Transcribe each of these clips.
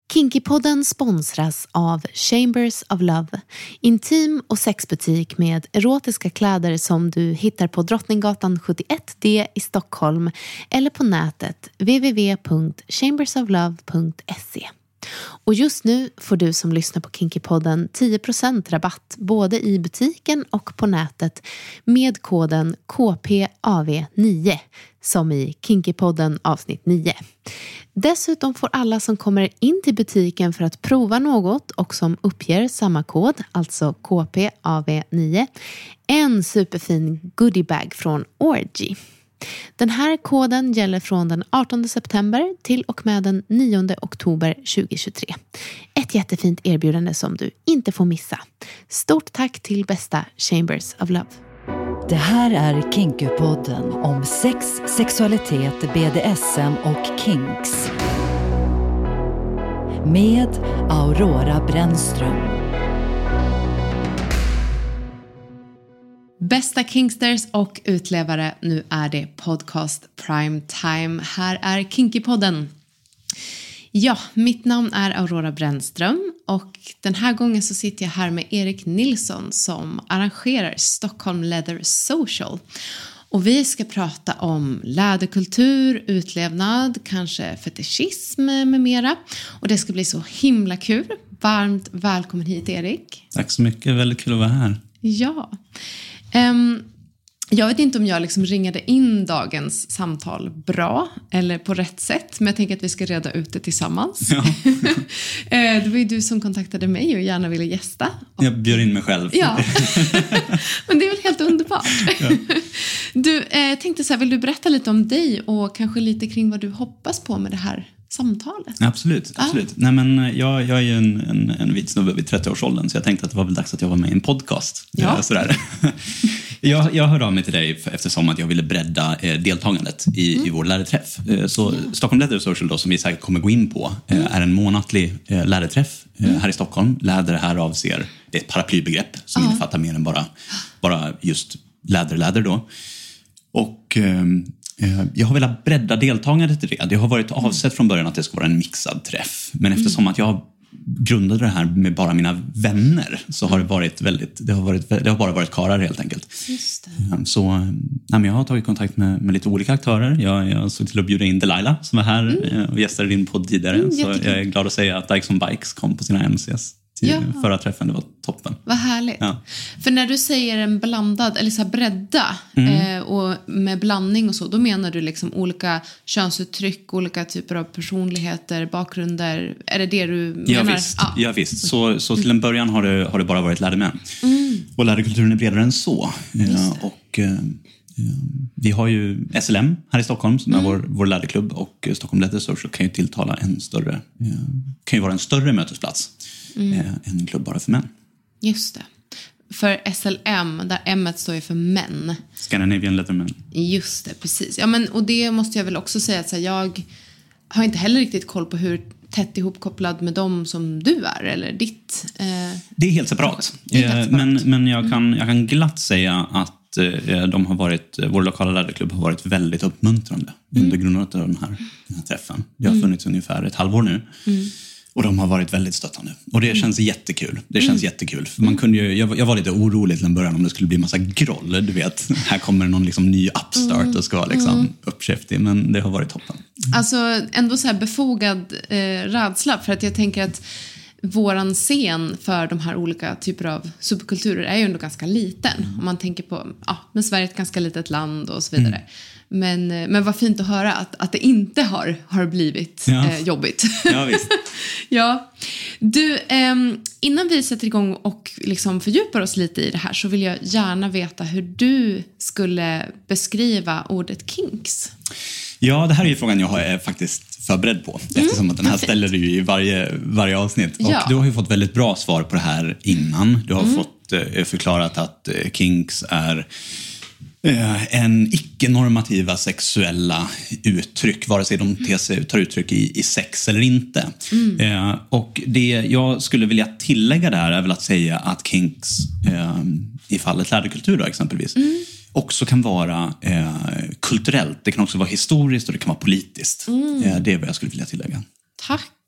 Kinkypodden sponsras av Chambers of Love, intim- och sexbutik med erotiska kläder som du hittar på Drottninggatan 71D i Stockholm eller på nätet www.chambersoflove.se. Och just nu får du som lyssnar på Kinkypodden 10% rabatt både i butiken och på nätet med koden KPAV9 som i Kinkypodden avsnitt 9. Dessutom får alla som kommer in till butiken för att prova något och som uppger samma kod, alltså KPAV9, en superfin goodiebag från Orgy. Den här koden gäller från den 18 september till och med den 9 oktober 2023. Ett jättefint erbjudande som du inte får missa. Stort tack till bästa Chambers of Love. Det här är Kinkypodden om sex, sexualitet, BDSM och kinks. Med Aurora Brännström. Bästa Kinksters och utlevare, nu är det podcast Prime Time. Här är Kinkypodden. Ja, mitt namn är Aurora Brännström och den här gången så sitter jag här med Erik Nilsson som arrangerar Stockholm Leather Social. Och vi ska prata om läderkultur, utlevnad, kanske fetischism med mera. Och det ska bli så himla kul. Varmt välkommen hit, Erik. Tack så mycket, väldigt kul att vara här. Ja. Jag vet inte om jag liksom ringade in dagens samtal bra eller på rätt sätt, men jag tänker att vi ska reda ut det tillsammans. Ja. Det var ju du som kontaktade mig och gärna ville gästa. Jag bjöd in mig själv. Ja, men det är väl helt underbart. Ja. Du, tänkte så här, vill du berätta lite om dig och kanske lite kring vad du hoppas på med det här samtalet? Absolut. Nej, men jag är ju en vit snubbe vid 30-årsåldern, så jag tänkte att det var väl dags att jag var med i en podcast. Ja. Sådär. Jag hörde av mig till dig eftersom att jag ville bredda deltagandet i vår lärarträff. Så Stockholm Leather Social då, som vi säkert kommer gå in på, är en månatlig lärarträff här i Stockholm. Läder här avser, det är ett paraplybegrepp som innefattar mer än bara just läder då. Och jag har velat bredda deltagandet i det. Det har varit avsett från början att det ska vara en mixad träff. Men eftersom att jag grundade det här med bara mina vänner, så har det varit det har bara varit karar helt enkelt. Just det. Så jag har tagit kontakt med lite olika aktörer. Jag såg till att bjuda in Delilah som var här och gästade din podd tidigare. Så jag är glad att säga att Dykes on Bikes kom på sina MCs till förra träffen. Det var toppen. Vad härligt. Ja. För när du säger en blandad, eller så här bredda och med blandning och så, då menar du liksom olika könsuttryck, olika typer av personligheter, bakgrunder. Är det det du menar? Ja, visst. Så till en början har det bara varit lädermän. Och läderkulturen är bredare än så. Och vi har ju SLM här i Stockholm som är vår läderklubb, och Stockholm Leather Social kan ju tilltala kan ju vara en större mötesplats än en klubb bara för män. Just det. För SLM, där M står ju för män. Scandinavian Leathermen. Just det, precis. Ja, men, och det måste jag väl också säga att så här, jag har inte heller riktigt koll på hur tätt ihopkopplad med dem som du är, eller ditt. Det är helt separat. Men jag kan glatt säga att vår lokala läderklubb har varit väldigt uppmuntrande under grundandet av den här träffen. Det har funnits ungefär ett halvår nu. Och de har varit väldigt stöttande. Och det känns jättekul. Det känns jättekul. För man kunde jag var lite orolig till en början om det skulle bli massa groll. Du vet, här kommer någon liksom ny upstart och ska liksom uppkäftig. Men det har varit toppen. Alltså ändå så här befogad rädsla. För att jag tänker att våran scen för de här olika typer av subkulturer är ju ändå ganska liten. Om man tänker på, men Sverige är ett ganska litet land och så vidare. Men vad fint att höra att det inte har blivit jobbigt. Ja, visst. Ja. Du, innan vi sätter igång och liksom fördjupar oss lite i det här, så vill jag gärna veta hur du skulle beskriva ordet kinks. Ja, det här är ju frågan jag är faktiskt förberedd på. Eftersom att den här ställer du ju i varje avsnitt. Och du har ju fått väldigt bra svar på det här innan. Du har fått förklarat att kinks är en icke-normativa sexuella uttryck, vare sig de tar uttryck i sex eller inte. Och det jag skulle vilja tillägga där är väl att säga att kinks i fallet läderkultur då, exempelvis också kan vara kulturellt. Det kan också vara historiskt och det kan vara politiskt. Det är vad jag skulle vilja tillägga. Tack.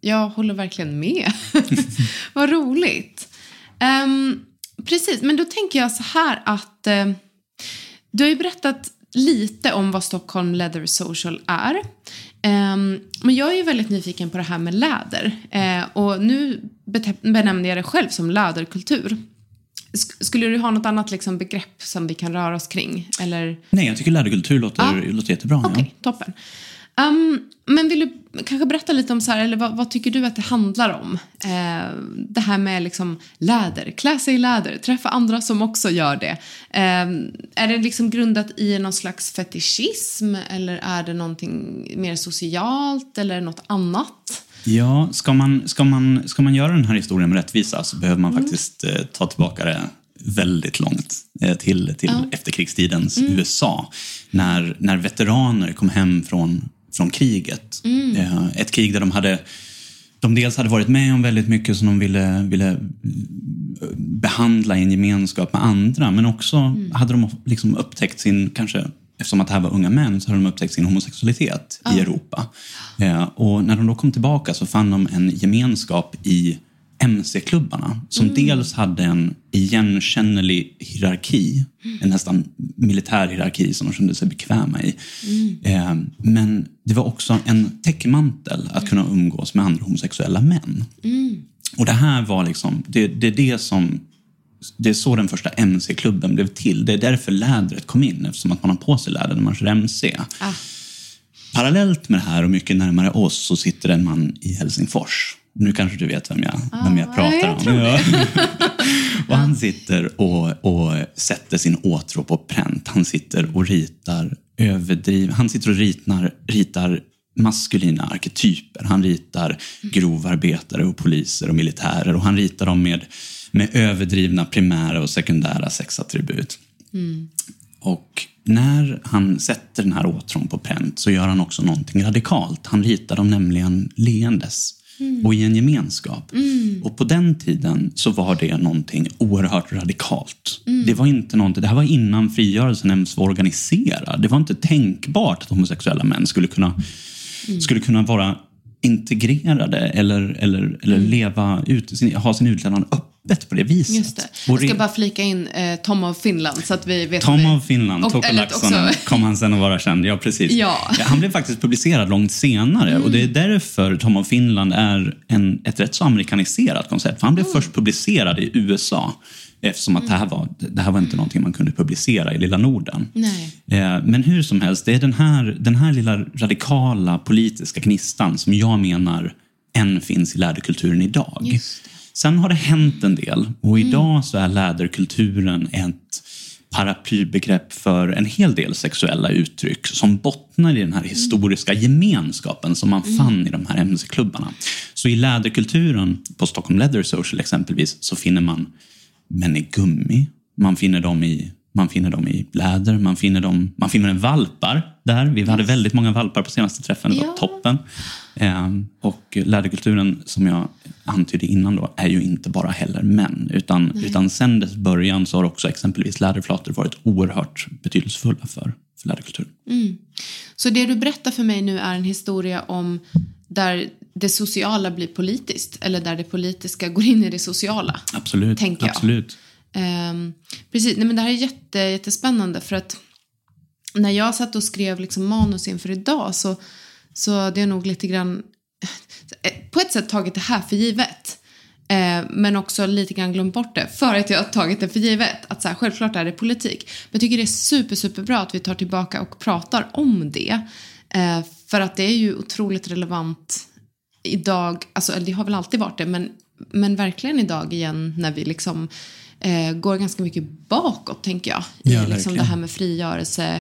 jag håller verkligen med. Vad roligt. Precis, men då tänker jag så här att du har ju berättat lite om vad Stockholm Leather Social är. Men jag är ju väldigt nyfiken på det här med läder. Och nu benämner jag det själv som läderkultur. Skulle du ha något annat liksom begrepp som vi kan röra oss kring? Eller? Nej, jag tycker läderkultur låter jättebra. Okej, toppen. Men vill du kanske berätta lite om så här, eller vad tycker du att det handlar om? Det här med liksom läder, klä sig i läder, träffa andra som också gör det. Är det liksom grundat i någon slags fetischism, eller är det någonting mer socialt eller något annat? Ja, ska man göra den här historien med rättvisa så behöver man faktiskt ta tillbaka det väldigt långt till efterkrigstidens USA. När veteraner kom hem från kriget. Ett krig där de dels hade varit med om väldigt mycket som de ville behandla i en gemenskap med andra, men också hade de liksom upptäckt sin, kanske eftersom att det här var unga män, så hade de upptäckt sin homosexualitet i Europa. Och när de då kom tillbaka så fann de en gemenskap i MC-klubbarna som dels hade en igenkännlig hierarki, en nästan militär hierarki som de kände sig bekväma i. Men det var också en täckmantel att kunna umgås med andra homosexuella män. Och det här var liksom, det är så den första MC-klubben blev till. Det är därför lädret kom in, eftersom att man har på sig läder när man kör MC. Parallellt med det här och mycket närmare oss så sitter en man i Helsingfors. Nu kanske du vet vem jag pratar om. Och han sitter och sätter sin åtrå på pränt. Han sitter och ritar ritar maskulina arketyper. Han ritar grovarbetare och poliser och militärer. Och han ritar dem med överdrivna primära och sekundära sexattribut. Och när han sätter den här åtrån på pränt så gör han också någonting radikalt. Han ritar dem nämligen leendes och i en gemenskap. Och på den tiden så var det någonting oerhört radikalt. Det var inte någonting, det här var innan frigörelsen ens var organiserad. Det var inte tänkbart att homosexuella män skulle kunna vara integrerade eller leva ut, ha sin utlevnad öppet på det viset. Just det. Jag ska bara flika in Tom av Finland så att vi vet. Tom av Finland, Tokko Laaksonen kom han sen att vara känd. Ja, precis. Ja. Han blev faktiskt publicerad långt senare och det är därför Tom av Finland är ett rätt så amerikaniserat koncept. För han blev först publicerad i USA eftersom att det här var inte någonting man kunde publicera i lilla Norden. Nej. Men hur som helst, det är den här lilla radikala politiska gnistan som jag menar än finns i läderkulturen idag. Sen har det hänt en del och idag så är läderkulturen ett paraplybegrepp för en hel del sexuella uttryck som bottnar i den här historiska gemenskapen som man fann i de här MC-klubbarna. Så i läderkulturen på Stockholm Leather Social exempelvis så finner man män i gummi, man finner dem i läder, man finner en valpar där. Vi hade väldigt många valpar på senaste träffen, det var toppen. Och läderkulturen som jag antydde innan då är ju inte bara heller män utan sen dess början så har också exempelvis läderflator varit oerhört betydelsefulla för läderkulturen. Så det du berättar för mig nu är en historia om där det sociala blir politiskt eller där det politiska går in i det sociala. Absolut, tänker jag. Absolut. Precis, nej, men det här är jättespännande för att när jag satt och skrev liksom manus inför idag så det är nog lite grann på ett sätt tagit det här för givet, men också lite grann glömt bort det för att jag har tagit det för givet att så här, självklart är det politik, men jag tycker det är superbra att vi tar tillbaka och pratar om det, för att det är ju otroligt relevant idag, alltså det har väl alltid varit det, men verkligen idag igen när vi liksom går ganska mycket bakåt, tänker jag, i liksom det här med frigörelse.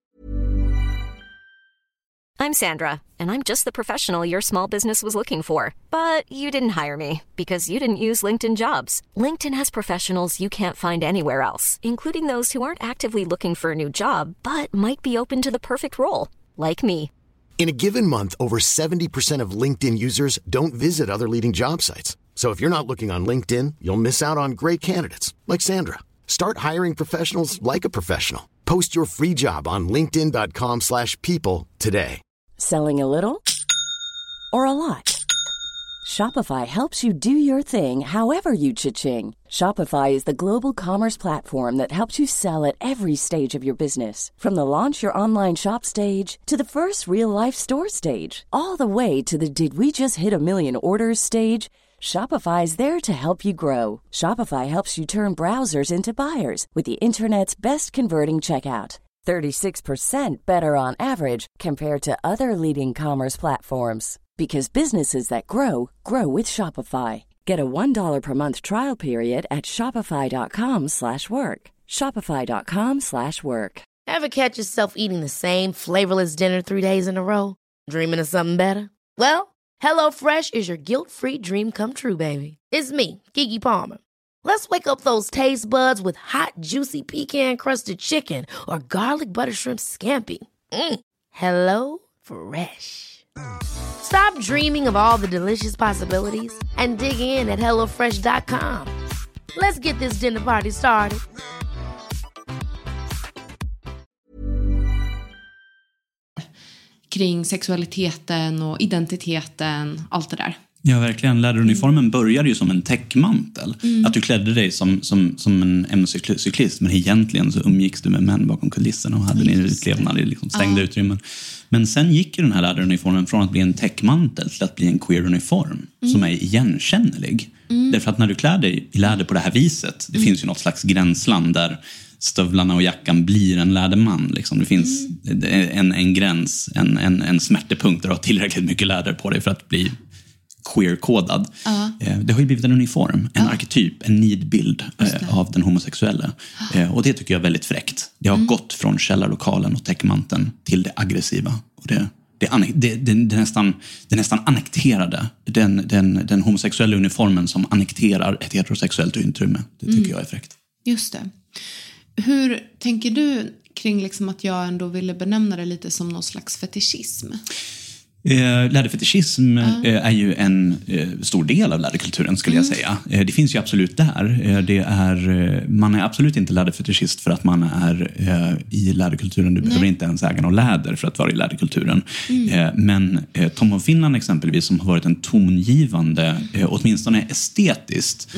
I'm Sandra, and I'm just the professional your small business was looking for. But you didn't hire me because you didn't use LinkedIn Jobs. LinkedIn has professionals you can't find anywhere else, including those who aren't actively looking for a new job, but might be open to the perfect role, like me. In a given month, over 70% of LinkedIn users don't visit other leading job sites. So if you're not looking on LinkedIn, you'll miss out on great candidates like Sandra. Start hiring professionals like a professional. Post your free job on linkedin.com/people today. Selling a little or a lot? Shopify helps you do your thing however you cha-ching. Shopify is the global commerce platform that helps you sell at every stage of your business. From the launch your online shop stage to the first real-life store stage, all the way to the did we just hit a million orders stage. Shopify is there to help you grow. Shopify helps you turn browsers into buyers with the internet's best converting checkout. 36% better on average compared to other leading commerce platforms. Because businesses that grow, grow with Shopify. Get a $1 per month trial period at shopify.com/work. Shopify.com/work. Ever catch yourself eating the same flavorless dinner 3 days in a row? Dreaming of something better? Well, HelloFresh is your guilt-free dream come true, baby. It's me, Keke Palmer. Let's wake up those taste buds with hot, juicy pecan-crusted chicken or garlic butter shrimp scampi. Hello Fresh. Stop dreaming of all the delicious possibilities and dig in at HelloFresh.com. Let's get this dinner party started. Kring sexualiteten och identiteten, allt det där. Ja, verkligen. Läderuniformen började ju som en täckmantel. Att du klädde dig som en MC-cyklist, men egentligen så umgicks du med män bakom kulisserna och hade din utlevnad i liksom stängda utrymmen. Men sen gick ju den här läderuniformen från att bli en täckmantel till att bli en queer-uniform som är igenkännlig. Därför att när du klär dig i läder på det här viset, det finns ju något slags gränsland där stövlarna och jackan blir en läderman. Liksom. Det finns en gräns, en smärtepunkt där du har tillräckligt mycket läder på dig för att bli queer-kodad. Det har ju blivit en uniform, en arketyp, en nidbild av den homosexuella. Och det tycker jag är väldigt fräckt. Det har gått från källarlokalen och täckmanteln till det aggressiva. Och det nästan annekterade den homosexuella uniformen som annekterar ett heterosexuellt utrymme. Det tycker jag är fräckt. Just det. Hur tänker du kring liksom att jag ändå ville benämna det lite som någon slags fetischism? Läderfetischism är ju en stor del av läderkulturen, skulle jag säga. Det finns ju absolut där. Man är absolut inte läderfetischist för att man är i läderkulturen. Du behöver inte ens äga någon läder för att vara i läderkulturen. Men Tom of Finland exempelvis, som har varit en tongivande, åtminstone estetiskt,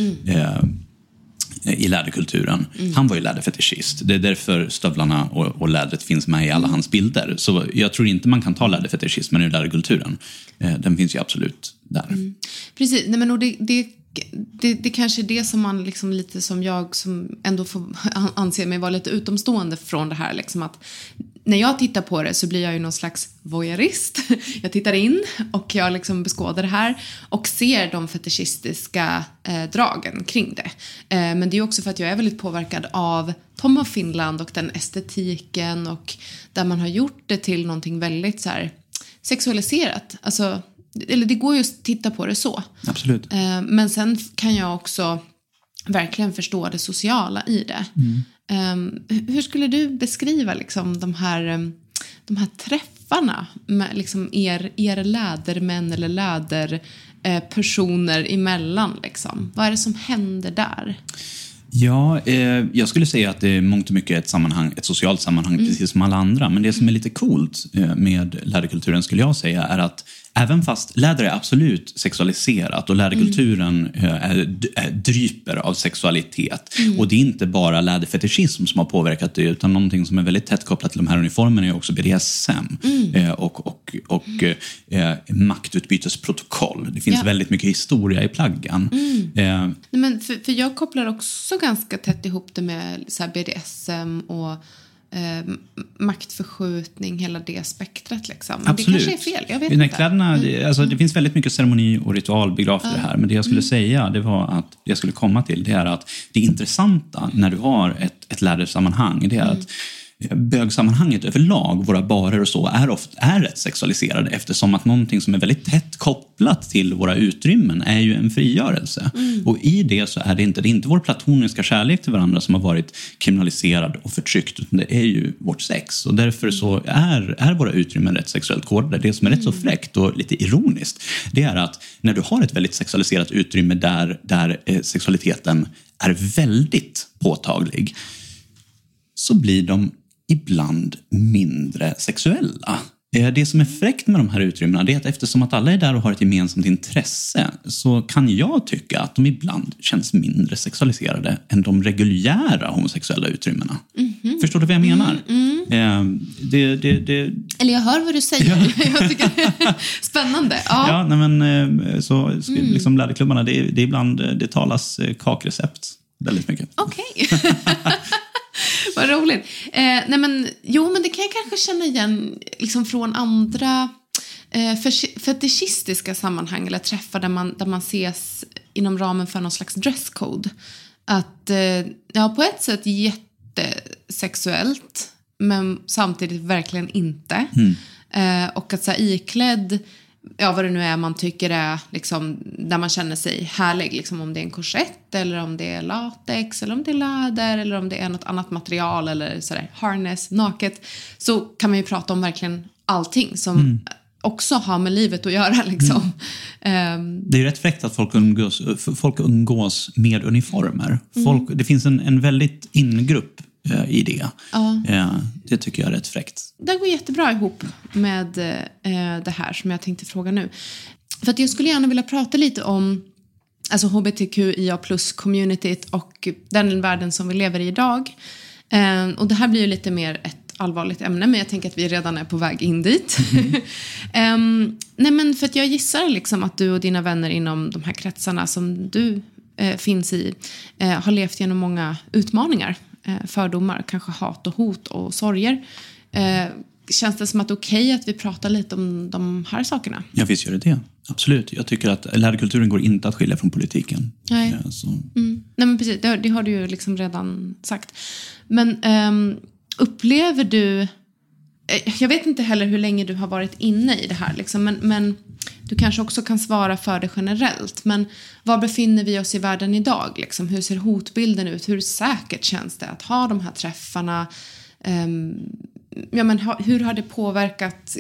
i läderkulturen. Han var ju läderfetischist. Det är därför stövlarna och lädret finns med i alla hans bilder. Så jag tror inte man kan ta läderfetischismen i läderkulturen. Den finns ju absolut där. Precis. Nej, men och det kanske är det som man liksom, lite som jag som ändå får anse mig vara lite utomstående från det här. Liksom att när jag tittar på det så blir jag ju någon slags voyeurist. Jag tittar in och jag liksom beskådar det här och ser de fetischistiska dragen kring det. Men det är ju också för att jag är väldigt påverkad av Tom of Finland och den estetiken, och där man har gjort det till någonting väldigt så här sexualiserat. Alltså, eller det går ju att titta på det så. Absolut. Men sen kan jag också verkligen förstå det sociala i det. Hur skulle du beskriva liksom de här träffarna med liksom er lädermän eller läderpersoner emellan? Liksom? Vad är det som händer där? Ja, jag skulle säga att det är mångt och mycket ett socialt sammanhang, precis som alla andra. Men det som är lite coolt med läderkulturen, skulle jag säga, är att även fast läder är absolut sexualiserat och läderkulturen dryper av sexualitet. Och det är inte bara läderfetischism som har påverkat det, utan någonting som är väldigt tätt kopplat till de här uniformerna är också BDSM och maktutbytesprotokoll. Det finns väldigt mycket historia i plaggan. Men för jag kopplar också ganska tätt ihop det med så här BDSM och maktförskjutning, hela det spektrat liksom. Absolut. Det kanske är fel, jag vet inte. Kläderna, alltså, det finns väldigt mycket ceremoni och ritualbegraft i det här, men det jag skulle säga, det var att det jag skulle komma till, det är att det intressanta när du har ett lädersammanhang, det är att bögsammanhanget överlag, våra barer och så, är rätt sexualiserade, eftersom att någonting som är väldigt tätt kopplat till våra utrymmen är ju en frigörelse. Och i det så är det inte vår platoniska kärlek till varandra som har varit kriminaliserad och förtryckt, utan det är ju vårt sex. Och därför så är våra utrymmen rätt sexuellt kodade. Det som är rätt så fräckt och lite ironiskt, det är att när du har ett väldigt sexualiserat utrymme där sexualiteten är väldigt påtaglig, så blir de ibland mindre sexuella. Det som är fräckt med de här utrymmena, det är att eftersom att alla är där och har ett gemensamt intresse, så kan jag tycka att de ibland känns mindre sexualiserade än de reguljära homosexuella utrymmena. Förstår du vad jag menar? Eller jag hör vad du säger. Jag tycker det är spännande. Ja, nej, men så liksom läderklubbarna, det är ibland det talas kakrecept väldigt mycket. Okej. Vad roligt. Nej men det kan jag kanske känna igen liksom från andra fetischistiska sammanhang eller träffar där man ses inom ramen för någon slags dresscode. Att på ett sätt jättesexuellt, men samtidigt verkligen inte. Och att så här, iklädd, vad det nu är man tycker är liksom, där man känner sig härlig, liksom om det är en korsett eller om det är latex eller om det är läder eller om det är något annat material eller sådär, harness, naket, så kan man ju prata om verkligen allting som också har med livet att göra liksom. Det är rätt fräckt att folk umgås med uniformer. Det finns en väldigt ingrupp i det. Det tycker jag är rätt fräckt. Det går jättebra ihop med det här som jag tänkte fråga nu. För att jag skulle gärna vilja prata lite om alltså HBTQIA plus communityt och den världen som vi lever i idag. Och det här blir ju lite mer ett allvarligt ämne, men jag tänker att vi redan är på väg in dit. Nej men för att jag gissar liksom att du och dina vänner inom de här kretsarna som du finns i har levt genom många utmaningar. Fördomar, kanske hat och hot och sorger. Känns det som att det är okej att vi pratar lite om de här sakerna? Ja, visst gör det. Absolut. Jag tycker att läderkulturen går inte att skilja från politiken. Nej, Nej men precis, det har du ju liksom redan sagt. Men upplever du... Jag vet inte heller hur länge du har varit inne i det här. Liksom, men du kanske också kan svara för det generellt. Men var befinner vi oss i världen idag? Liksom? Hur ser hotbilden ut? Hur säkert känns det att ha de här träffarna? Hur har det påverkat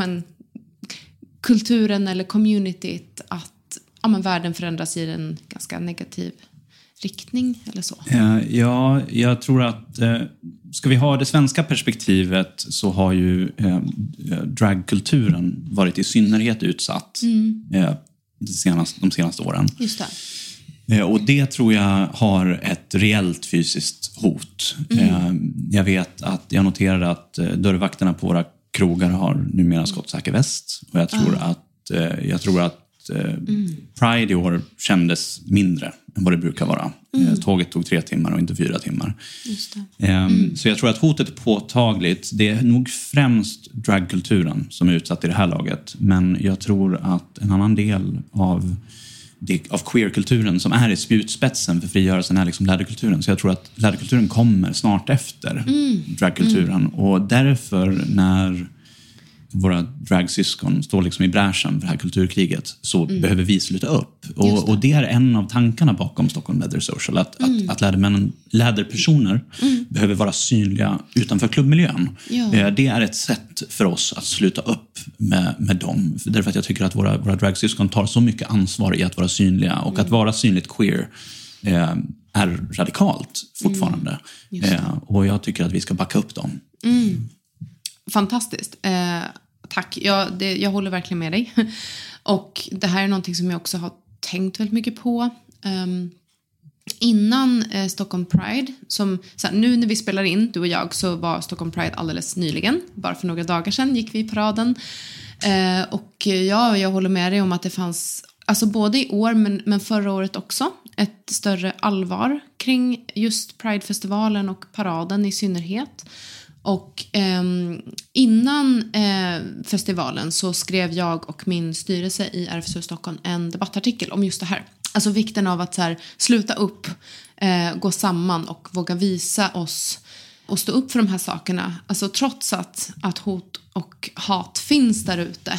kulturen eller communityt att världen förändras i en ganska negativ riktning eller så? Ja, jag tror att ska vi ha det svenska perspektivet så har ju dragkulturen varit i synnerhet utsatt de senaste åren. Just det. Och det tror jag har ett reellt fysiskt hot. Jag vet att jag noterar att dörrvakterna på våra krogar har numera skottsäker väst. Och jag tror att Pride i år kändes mindre än vad det brukar vara. Tåget tog 3 timmar och inte 4 timmar. Just det. Så jag tror att hotet är påtagligt. Det är nog främst dragkulturen som är utsatt i det här laget. Men jag tror att en annan del av queerkulturen som är i spjutspetsen för frigörelsen är liksom läderkulturen. Så jag tror att läderkulturen kommer snart efter dragkulturen. Och därför när våra dragsyskon står liksom i bräschen för det här kulturkriget så behöver vi sluta upp. Och det är en av tankarna bakom Stockholm Leather Social. Att läderpersoner behöver vara synliga utanför klubbmiljön. Ja. Det är ett sätt för oss att sluta upp med dem. Därför att jag tycker att våra dragsyskon tar så mycket ansvar i att vara synliga. Och att vara synligt queer är radikalt fortfarande. Och jag tycker att vi ska backa upp dem. Fantastiskt. Tack. Jag håller verkligen med dig. Och det här är någonting som jag också har tänkt väldigt mycket på. Innan Stockholm Pride, nu när vi spelar in, du och jag, så var Stockholm Pride alldeles nyligen. Bara för några dagar sedan gick vi i paraden. Och jag håller med dig om att det fanns, alltså både i år men förra året också, ett större allvar kring just Pride-festivalen och paraden i synnerhet. Och innan festivalen så skrev jag och min styrelse i RFSU Stockholm en debattartikel om just det här. Alltså vikten av att så här, sluta upp, gå samman och våga visa oss och stå upp för de här sakerna. Alltså trots att hot och hat finns där ute.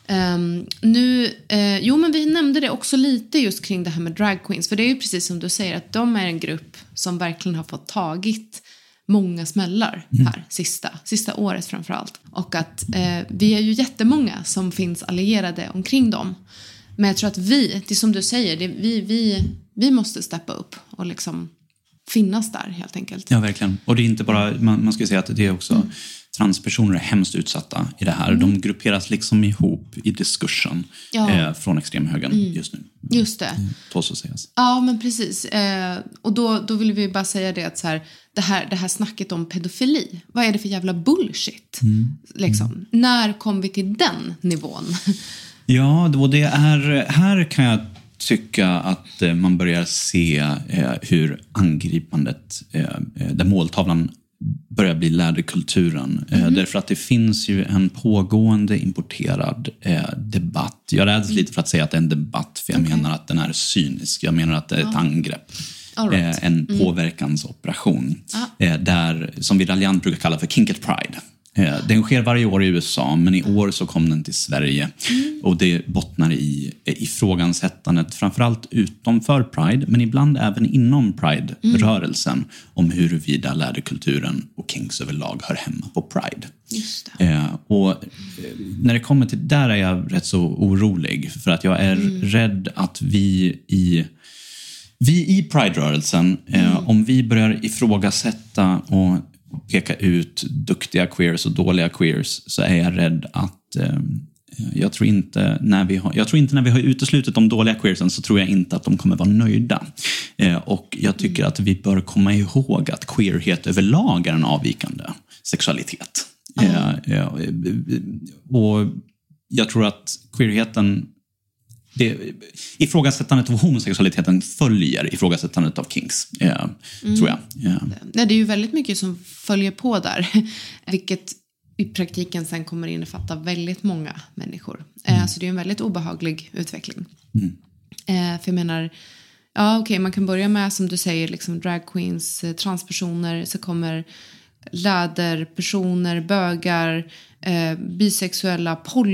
Men vi nämnde det också lite just kring det här med drag queens. För det är ju precis som du säger att de är en grupp som verkligen har fått tagit många smällar här sista året framförallt. Och att vi är ju jättemånga som finns allierade omkring dem. Men jag tror att det är som du säger, vi måste steppa upp och liksom finnas där helt enkelt. Ja, verkligen. Och det är inte bara, man ska säga att det är också transpersoner är hemskt utsatta i det här. De grupperas liksom ihop i diskursen från extremhögern just nu. Just det. Så sägas. Ja, men precis. Och då vill vi bara säga det att så här, det här snacket om pedofili, vad är det för jävla bullshit? Liksom. När kom vi till den nivån? Ja, och det är, här kan jag tycka att man börjar se hur angripandet, där måltavlan börjar bli läderkulturen. Därför att det finns ju en pågående importerad debatt. Jag räds lite för att säga att det är en debatt, för jag menar att den är cynisk. Jag menar att det är ett angrepp. En påverkansoperation. Där, som vi raljant brukar kalla för Kinket Pride. Den sker varje år i USA, men i år så kom den till Sverige. Och det bottnar i ifrågasättandet, framförallt utanför Pride, men ibland även inom Pride-rörelsen, om huruvida läderkulturen och kinks överlag hör hemma på Pride. Just det. Och när det kommer till där är jag rätt så orolig, för att jag är rädd att vi i Pride-rörelsen, om vi börjar ifrågasätta och peka ut duktiga queers och dåliga queers, så är jag rädd att jag tror inte när vi har uteslutit de dåliga queersen, så tror jag inte att de kommer vara nöjda. Och jag tycker att vi bör komma ihåg att queerhet överlag är en avvikande sexualitet. Och jag tror att queerheten, ifrågasättandet av homosexualiteten följer ifrågasättandet av kinks, tror jag. Det är ju väldigt mycket som följer på där, vilket i praktiken sen kommer innefatta väldigt många människor. Så det är en väldigt obehaglig utveckling. För jag menar, man kan börja med, som du säger, liksom drag queens, transpersoner, så kommer läderpersoner, bögar, bisexuella,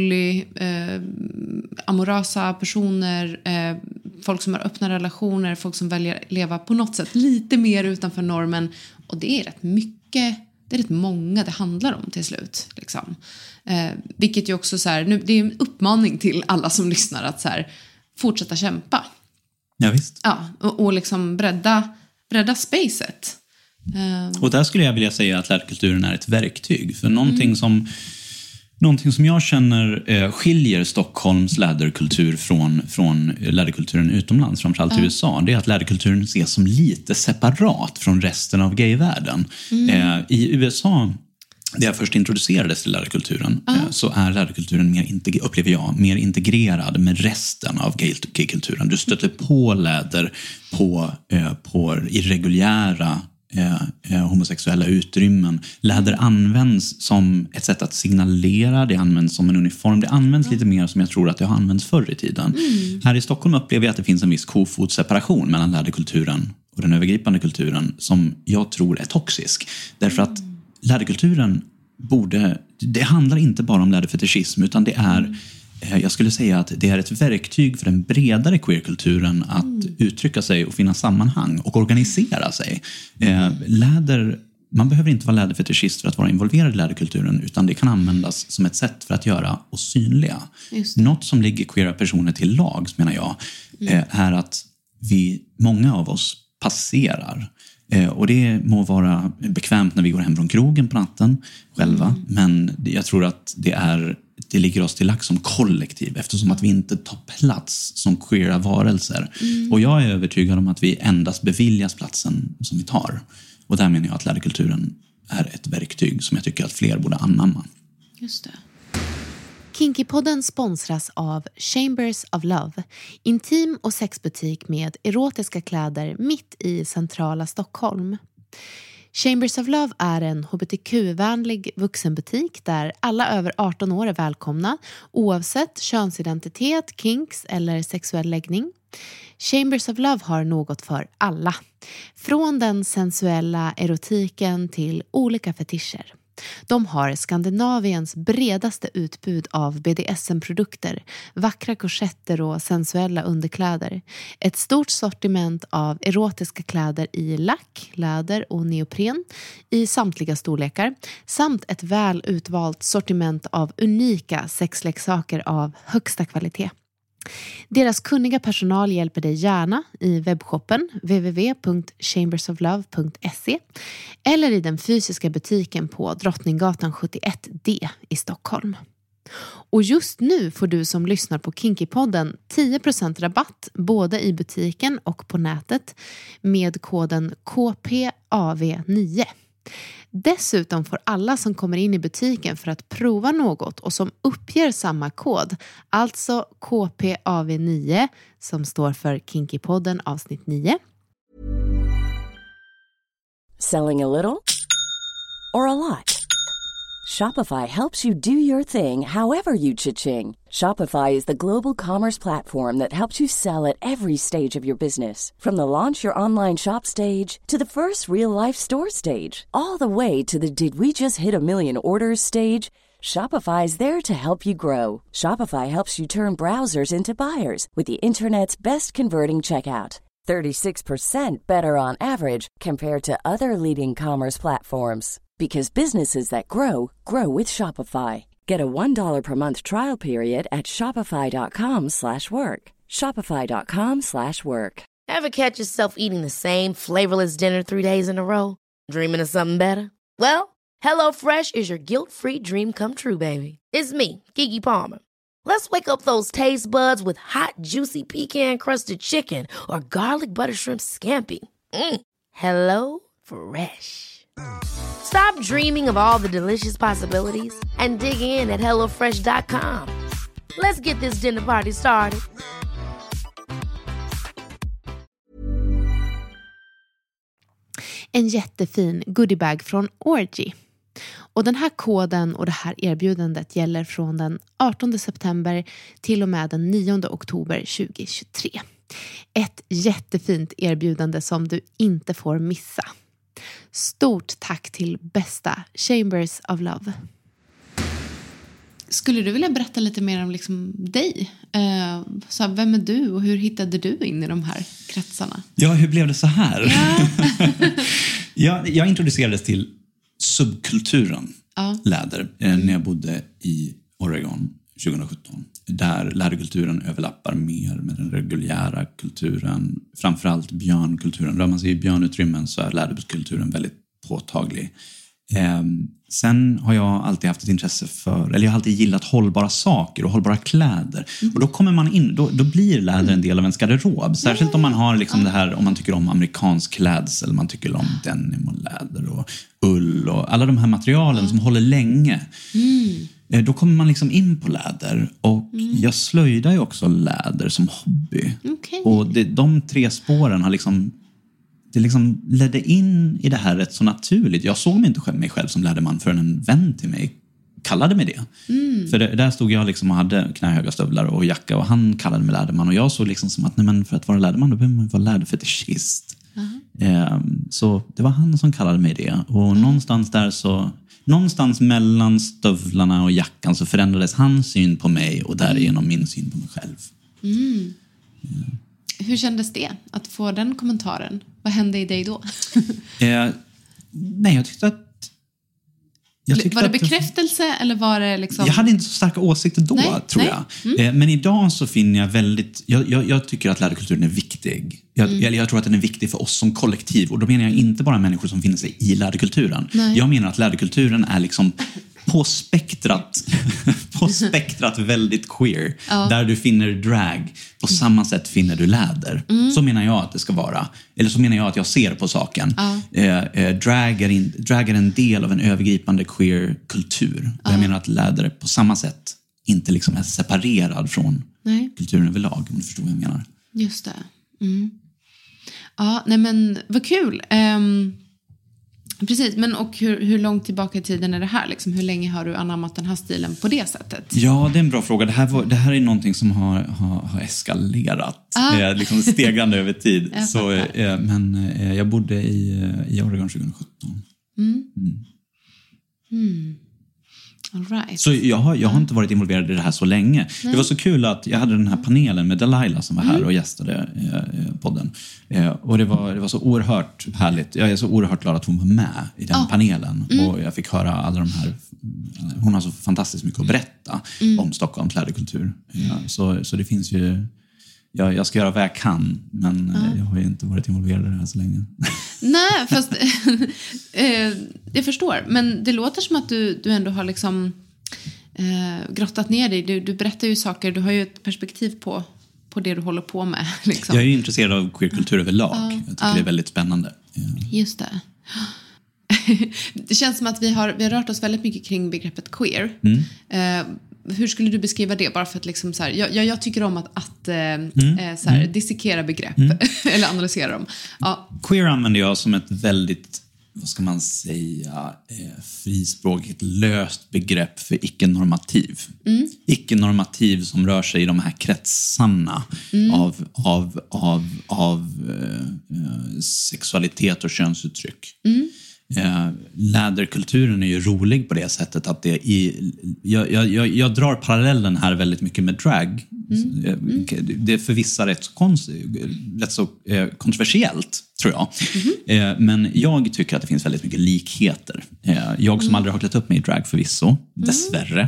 amorösa personer, folk som har öppna relationer, folk som väljer leva på något sätt lite mer utanför normen. Och det är rätt mycket, det är rätt många det handlar om till slut. Liksom. Vilket ju också så här, nu, det är en uppmaning till alla som lyssnar att så här, fortsätta kämpa. Ja, visst. Ja, och liksom bredda spacet. Och där skulle jag vilja säga att läderkulturen är ett verktyg. För någonting som jag känner skiljer Stockholms läderkultur från läderkulturen utomlands, framförallt i USA, det är att läderkulturen ses som lite separat från resten av gayvärlden. I USA, där jag först introducerades till läderkulturen, så är läderkulturen upplever jag, mer integrerad med resten av gaykulturen. Du stöter på läder på irreguljära homosexuella utrymmen. Läder används som ett sätt att signalera, det används som en uniform, det används lite mer som jag tror att det har använts förr i tiden. Här i Stockholm upplever jag att det finns en viss kofotsseparation mellan läderkulturen och den övergripande kulturen, som jag tror är toxisk. Därför att läderkulturen det handlar inte bara om läderfetischism, utan det är, jag skulle säga att det är ett verktyg för den bredare queerkulturen att uttrycka sig och finna sammanhang och organisera sig. Man behöver inte vara läderfetischist för att vara involverad i läderkulturen, utan det kan användas som ett sätt för att göra oss synliga. Något som ligger queera personer till lags, menar jag, är att många av oss passerar. Och det må vara bekvämt när vi går hem från krogen på natten själva, men jag tror att det ligger oss till lags som kollektiv, eftersom att vi inte tar plats som queera varelser. Och jag är övertygad om att vi endast beviljas platsen som vi tar. Och där menar jag att läderkulturen är ett verktyg som jag tycker att fler borde anamma. Just det. Kinkypodden sponsras av Chambers of Love, intim- och sexbutik med erotiska kläder mitt i centrala Stockholm. Chambers of Love är en hbtq-vänlig vuxenbutik där alla över 18 år är välkomna, oavsett könsidentitet, kinks eller sexuell läggning. Chambers of Love har något för alla, från den sensuella erotiken till olika fetischer. De har Skandinaviens bredaste utbud av BDSM-produkter, vackra korsetter och sensuella underkläder. Ett stort sortiment av erotiska kläder i lack, läder och neopren i samtliga storlekar, samt ett väl utvalt sortiment av unika sexleksaker av högsta kvalitet. Deras kunniga personal hjälper dig gärna i webbshoppen www.chambersoflove.se eller i den fysiska butiken på Drottninggatan 71D i Stockholm. Och just nu får du som lyssnar på Kinky-podden 10% rabatt både i butiken och på nätet med koden KPAV9. Dessutom får alla som kommer in i butiken för att prova något och som uppger samma kod, alltså KPAV9 som står för Kinky-podden avsnitt 9. Selling a little or a lot? Shopify helps you do your thing however you cha-ching. Shopify is the global commerce platform that helps you sell at every stage of your business. From the launch your online shop stage to the first real-life store stage, all the way to the did we just hit a million orders stage. Shopify is there to help you grow. Shopify helps you turn browsers into buyers with the internet's best converting checkout. 36% better on average compared to other leading commerce platforms. Because businesses that grow, grow with Shopify. Get a $1 per month trial period at shopify.com/work. Shopify.com/work. Ever catch yourself eating the same flavorless dinner 3 days in a row? Dreaming of something better? Well, HelloFresh is your guilt-free dream come true, baby. It's me, Keke Palmer. Let's wake up those taste buds with hot, juicy pecan-crusted chicken or garlic butter shrimp scampi. Hello Fresh. Stop dreaming of all the delicious possibilities and dig in at HelloFresh.com. Let's get this dinner party started. En jättefin goodiebag från Orgy. Och den här koden och det här erbjudandet gäller från den 18 september till och med den 9 oktober 2023. Ett jättefint erbjudande som du inte får missa. Stort tack till bästa Chambers of Love. Skulle du vilja berätta lite mer om liksom dig? Så vem är du och hur hittade du in i de här kretsarna? Ja, hur blev det så här? Ja. jag introducerades till subkulturen läder när jag bodde i Oregon 2017. Där läderkulturen överlappar mer med den reguljära kulturen. Framförallt björnkulturen. Rör man sig i björnutrymmen så är läderkulturen väldigt påtaglig. Sen har jag alltid haft ett intresse för, eller jag har alltid gillat hållbara saker och hållbara kläder. Och då kommer man in, då blir läder en del av ens garderob. Särskilt om man har liksom det här, om man tycker om amerikansk klädsel, man tycker om denim och läder och ull och alla de här materialen som håller länge. Då kommer man liksom in på läder. Och jag slöjdar ju också läder som hobby. Okay. Och de 3 spåren har liksom, det liksom ledde in i det här rätt så naturligt. Jag såg mig själv som läderman förrän en vän till mig kallade mig det. För där stod jag liksom och hade knähöga stövlar och jacka och han kallade mig läderman. Och jag såg liksom som att nej, men för att vara läderman då behöver man vara läderfetischist. Så det var han som kallade mig det. Och någonstans mellan stövlarna och jackan så förändrades hans syn på mig och därigenom min syn på mig själv. Hur kändes det att få den kommentaren? Vad hände i dig då? Nej, jag tyckte att... Var det bekräftelse eller var det liksom... Jag hade inte så starka åsikter då, tror jag. Men idag så finner jag väldigt... Jag tycker att läderkulturen är viktig. Jag tror att den är viktig för oss som kollektiv. Och då menar jag inte bara människor som finner sig i läderkulturen. Jag menar att läderkulturen är liksom på spektrat väldigt queer. Där du finner drag. På samma sätt finner du läder. Så menar jag att det ska vara. Eller så menar jag att jag ser på saken. Drag är en del av en övergripande queer kultur. Jag menar att läder på samma sätt inte liksom är separerad från kulturen överlag. Om du förstår vad jag menar. Just det. Ja, nej men vad kul. Precis, men och hur långt tillbaka i tiden är det här? Liksom, hur länge har du anammat den här stilen på det sättet? Ja, det är en bra fråga. Det här är någonting som har eskalerat. Liksom stegrande över tid. Men jag bodde i Oregon 2017. All right. Så jag har inte varit involverad i det här så länge. Nej. Det var så kul att jag hade den här panelen med Delilah som var här och gästade podden. Och det var så oerhört härligt. Jag är så oerhört glad att hon var med i den panelen. Och jag fick höra alla de här... Hon har så fantastiskt mycket att berätta om Stockholms läderkultur. Så det finns ju... Jag ska göra vad jag kan, men jag har ju inte varit involverad i det här så länge. Nej, fast jag förstår. Men det låter som att du ändå har liksom grottat ner dig. Du berättar ju saker, du har ju ett perspektiv på det du håller på med. Liksom. Jag är ju intresserad av queerkultur överlag. Jag tycker det är väldigt spännande. Just det. Det känns som att vi har rört oss väldigt mycket kring begreppet queer. Hur skulle du beskriva det? Bara för att liksom så här, jag tycker om att så här, dissekera begrepp eller analysera dem. Ja. Queer använder jag som ett väldigt, vad ska man säga, frispråkigt löst begrepp för icke-normativ. Icke-normativ som rör sig i de här kretsarna av sexualitet och könsuttryck. Läderkulturen är ju rolig på det sättet att jag drar parallellen här väldigt mycket med drag. Det är för vissa rätt så kontroversiellt, tror jag. Men jag tycker att det finns väldigt mycket likheter. Jag som aldrig har klätt upp mig i drag förvisso, dessvärre.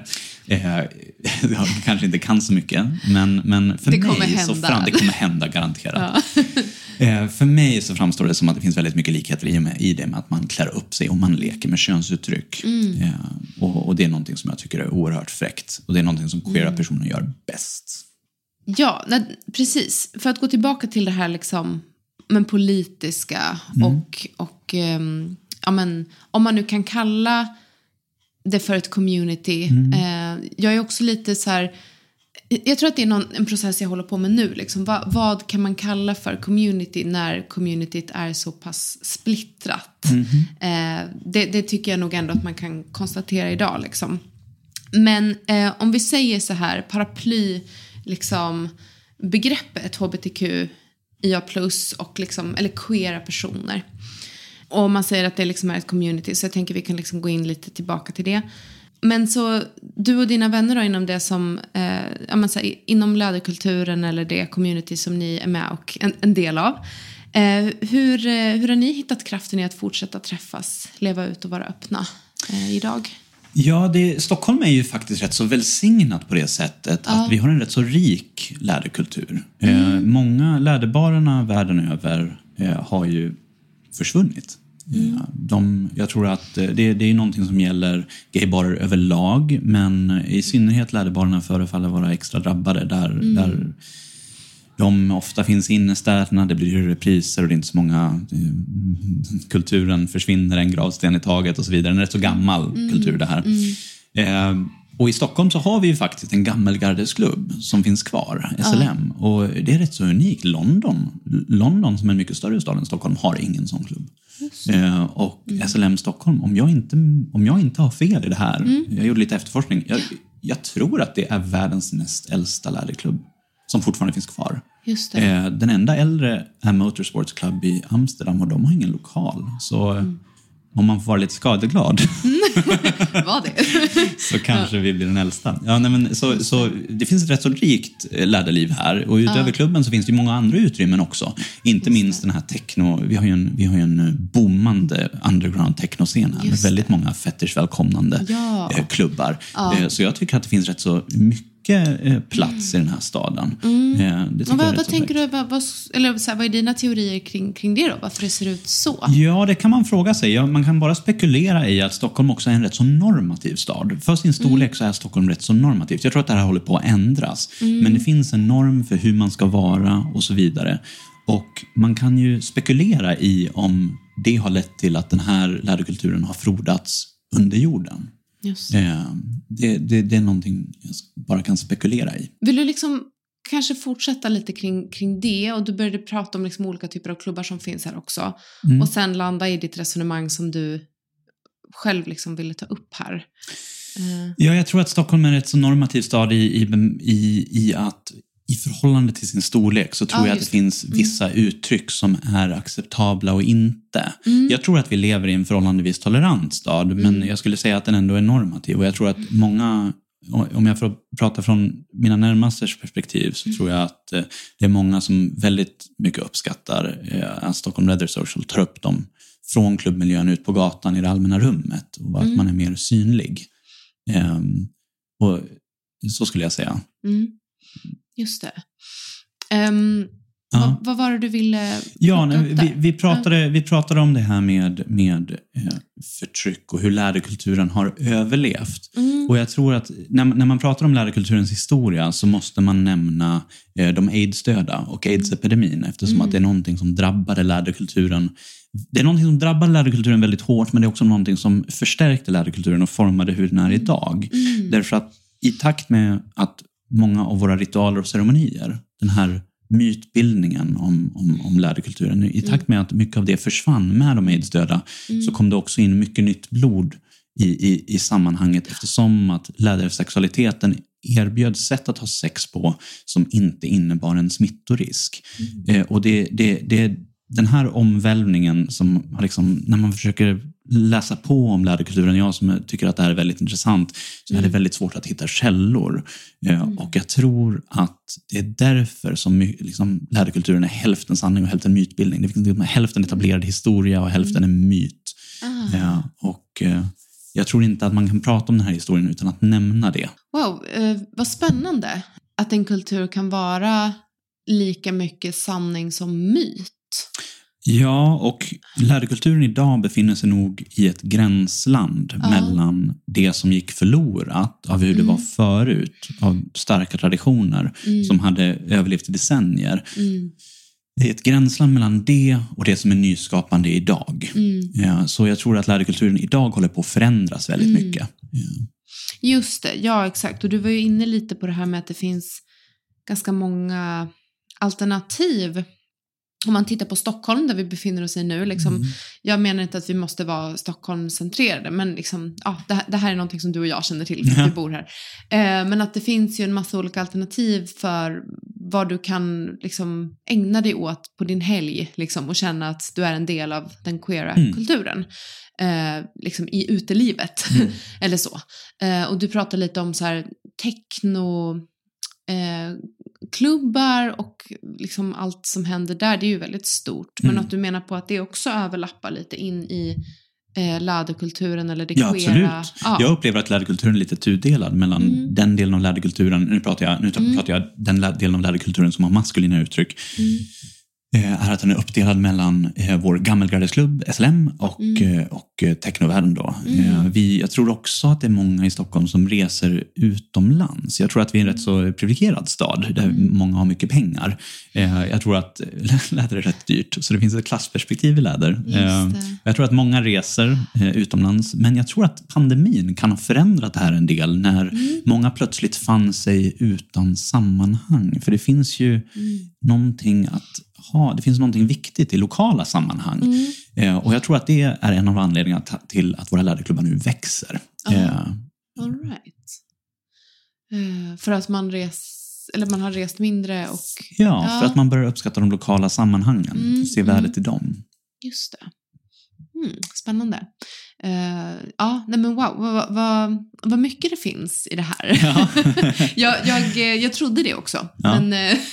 Jag kanske inte kan så mycket, men för mig det kommer hända garanterat. För mig så framstår det som att det finns väldigt mycket likheter i det med att man klär upp sig och man leker med könsuttryck. Och det är någonting som jag tycker är oerhört fräckt. Och det är någonting som queera personer gör bäst. Ja, precis. För att gå tillbaka till det här liksom, men politiska och men, om man nu kan kalla det för ett community. Jag är också lite så här... Jag tror att det är en process jag håller på med nu. Liksom. Vad kan man kalla för community när communityt är så pass splittrat? Det tycker jag nog ändå att man kan konstatera idag. Liksom. Men om vi säger så här, paraply, liksom, begreppet HBTQIA+, och liksom, eller queera personer. Och om man säger att det liksom är ett community, så jag tänker vi kan liksom gå in lite tillbaka till det. Men så du och dina vänner då, inom det som så här, inom läderkulturen eller det community som ni är med och en del av. Hur har ni hittat kraften i att fortsätta träffas, leva ut och vara öppna idag? Ja, Stockholm är ju faktiskt rätt så välsignat på det sättet att vi har en rätt så rik läderkultur. Många läderbarerna världen över har ju försvunnit. Jag tror att det är någonting som gäller gaybarer överlag, men i synnerhet läderbarerna förefaller vara extra drabbade där de ofta finns i innerstäderna, det blir repriser och det är inte så många, kulturen försvinner en gravsten i taget och så vidare. En rätt så gammal kultur det här. Och i Stockholm så har vi ju faktiskt en gammelgardesklubb som finns kvar, SLM. Och det är rätt så unikt. London som är en mycket större stad än Stockholm har ingen sån klubb. Och SLM Stockholm, om jag inte har fel i det här, jag gjorde lite efterforskning, jag tror att det är världens näst äldsta läderklubb som fortfarande finns kvar. Just det. Den enda äldre är Motorsports Club i Amsterdam och de har ingen lokal. Så om man får vara lite skadeglad Var det? så kanske vi blir den äldsta. Ja, nej, men så det finns ett rätt så rikt läderliv här. Och utöver klubben så finns det ju många andra utrymmen också. Inte minst den här techno. Vi har ju en boomande underground techno-scen här med väldigt många fetish-välkomnande klubbar. Så jag tycker att det finns rätt så mycket plats i den här staden. Vad tänker du, vad är dina teorier kring det då? Varför det ser ut så? Ja, det kan man fråga sig. Man kan bara spekulera i att Stockholm också är en rätt så normativ stad. För sin storlek så är Stockholm rätt så normativt. Jag tror att det här håller på att ändras. Men det finns en norm för hur man ska vara och så vidare. Och man kan ju spekulera i om det har lett till att den här läderkulturen har frodats under jorden. Just. Det är någonting jag bara kan spekulera i. Vill du liksom kanske fortsätta lite kring det, och du började prata om liksom olika typer av klubbar som finns här också, och sen landa i ditt resonemang som du själv liksom ville ta upp här. Ja, jag tror att Stockholm är ett så normativ stad i att i förhållande till sin storlek så tror jag att det finns vissa uttryck som är acceptabla och inte. Jag tror att vi lever i en förhållandevis tolerant stad, men jag skulle säga att den ändå är normativ. Och jag tror att många, om jag får prata från mina närmaste perspektiv, så tror jag att det är många som väldigt mycket uppskattar att Stockholm Leather Social tar upp dem från klubbmiljön ut på gatan i det allmänna rummet, och att man är mer synlig. Och så skulle jag säga. Just det. Vad var det du ville vi pratade om det här med förtryck och hur läderkulturen har överlevt. Och jag tror att när man pratar om läderkulturens historia så måste man nämna de AIDS-döda och AIDS-epidemin, eftersom att det är någonting som drabbade läderkulturen. Det är någonting som drabbade läderkulturen väldigt hårt, men det är också någonting som förstärkte läderkulturen och formade hur den är idag. Därför att i takt med att många av våra ritualer och ceremonier, den här mytbildningen om läderkulturen, i takt med att mycket av det försvann med de AIDS-döda, så kom det också in mycket nytt blod i sammanhanget, eftersom att lädersexualiteten erbjöd sätt att ha sex på som inte innebar en smittorisk. Och det den här omvälvningen som liksom, när man försöker läsa på om läderkulturen, jag som tycker att det här är väldigt intressant, så är det väldigt svårt att hitta källor. Och jag tror att det är därför som liksom, läderkulturen är hälften sanning och hälften mytbildning. Det finns hälften etablerad historia och hälften är myt. Och jag tror inte att man kan prata om den här historien utan att nämna det. Wow, vad spännande att en kultur kan vara lika mycket sanning som myt. Ja, och läderkulturen idag befinner sig nog i ett gränsland mellan det som gick förlorat av hur det var förut, av starka traditioner som hade överlevt i decennier. Det är ett gränsland mellan det och det som är nyskapande idag. Så jag tror att läderkulturen idag håller på att förändras väldigt mycket. Just det, ja exakt. Och du var ju inne lite på det här med att det finns ganska många alternativ. Om man tittar på Stockholm där vi befinner oss i nu, liksom, jag menar inte att vi måste vara Stockholm-centrerade, men liksom, det här är någonting som du och jag känner till för att vi bor här. Men att det finns ju en massa olika alternativ för vad du kan liksom, ägna dig åt på din helg liksom, och känna att du är en del av den queera kulturen. Liksom i utelivet eller så. Och du pratar lite om så här techno klubbar och liksom allt som händer där, det är ju väldigt stort. Men att du menar på att det också överlappar lite in i läderkulturen eller det queera. Absolut. Ja. Jag upplever att läderkulturen är lite tudelad mellan den delen av läderkulturen, nu pratar jag den delen av läderkulturen som har maskulina uttryck. Är att den är uppdelad mellan vår gammelgardesklubb SLM och technovärlden då. Jag tror också att det är många i Stockholm som reser utomlands. Jag tror att vi är en rätt så privilegierad stad där många har mycket pengar. Jag tror att läder är rätt dyrt, så det finns ett klassperspektiv i läder. Jag tror att många reser utomlands, men jag tror att pandemin kan ha förändrat det här en del när många plötsligt fann sig utan sammanhang. För det finns ju någonting det finns någonting viktigt i lokala sammanhang. Och jag tror att det är en av anledningarna till att våra läderklubbar nu växer. All right. För att man har rest mindre och... Ja, för att man börjar uppskatta de lokala sammanhangen och se värdet i dem. Just det. Spännande. Nej men wow, vad mycket det finns i det här. Jag trodde det också. Men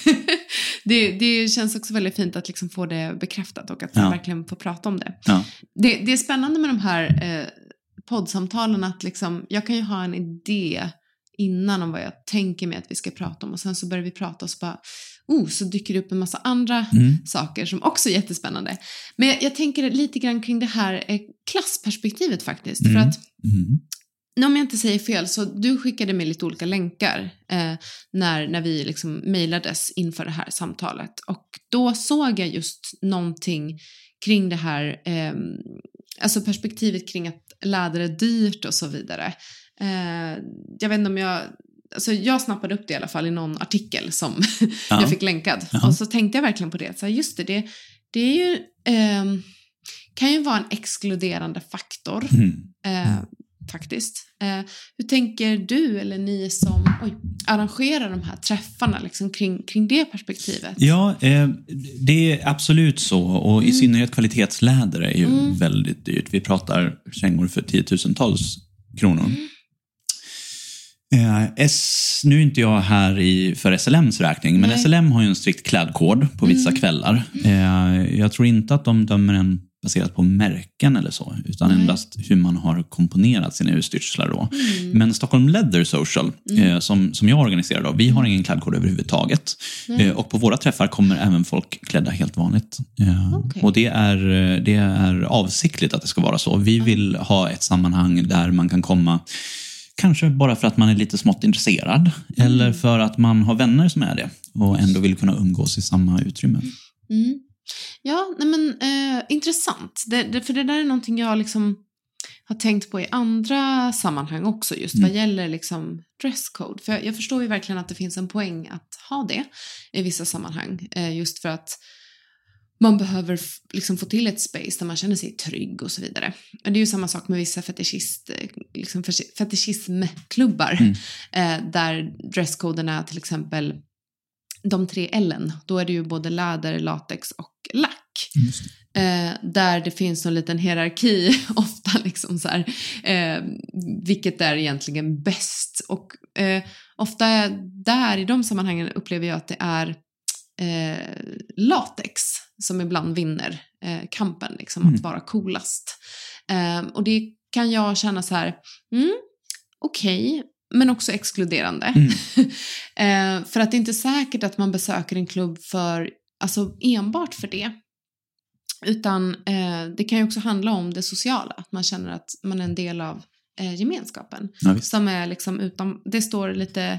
det känns också väldigt fint att liksom få det bekräftat och att verkligen få prata om det. Det är spännande med de här poddsamtalen att liksom, jag kan ju ha en idé innan om vad jag tänker mig att vi ska prata om, och sen så börjar vi prata och så bara så dyker det upp en massa andra saker som också är jättespännande. Men jag tänker lite grann kring det här klassperspektivet faktiskt. För att, om jag inte säger fel, så du skickade mig lite olika länkar när vi liksom mejlades inför det här samtalet. Och då såg jag just någonting kring det här, alltså perspektivet kring att läder är dyrt och så vidare. Jag vet inte om jag snappade upp det i alla fall i någon artikel som jag fick länkad. Och så tänkte jag verkligen på det. Så just det är ju kan ju vara en exkluderande faktor. faktiskt. Hur tänker du eller ni som arrangerar de här träffarna liksom, kring det perspektivet? Ja, det är absolut så. Och i synnerhet kvalitetsläder är ju väldigt dyrt. Vi pratar kängor för 10-tusentals kronor. Nu är inte jag här för SLMs räkning, men SLM har ju en strikt klädkod på vissa kvällar. Jag tror inte att de dömer en baserat på märken eller så, utan endast hur man har komponerat sina utstyrslar då. Men Stockholm Leather Social, som jag organiserar då, vi har ingen klädkod överhuvudtaget. Och på våra träffar kommer även folk klädda helt vanligt. Och det är avsiktligt att det ska vara så. Vi vill ha ett sammanhang där man kan komma kanske bara för att man är lite smått intresserad eller för att man har vänner som är det och ändå vill kunna umgås i samma utrymme. Ja, men intressant. För det där är någonting jag liksom har tänkt på i andra sammanhang också, just vad gäller liksom dresscode. För jag förstår ju verkligen att det finns en poäng att ha det i vissa sammanhang. Just för att man behöver liksom få till ett space där man känner sig trygg och så vidare. Och det är ju samma sak med vissa fetischismklubbar. Där dresskoden är till exempel de 3 L:n. Då är det ju både läder, latex och lack. Där det finns någon liten hierarki ofta liksom så här, vilket är egentligen bäst. Och ofta där i de sammanhangen upplever jag att det är latex som ibland vinner kampen liksom, att vara coolast. Och det kan jag känna så här, okej, men också exkluderande. För att det är inte säkert att man besöker en klubb för, alltså enbart för det. Utan det kan ju också handla om det sociala. Att man känner att man är en del av gemenskapen. Ja, som är liksom utan, det står lite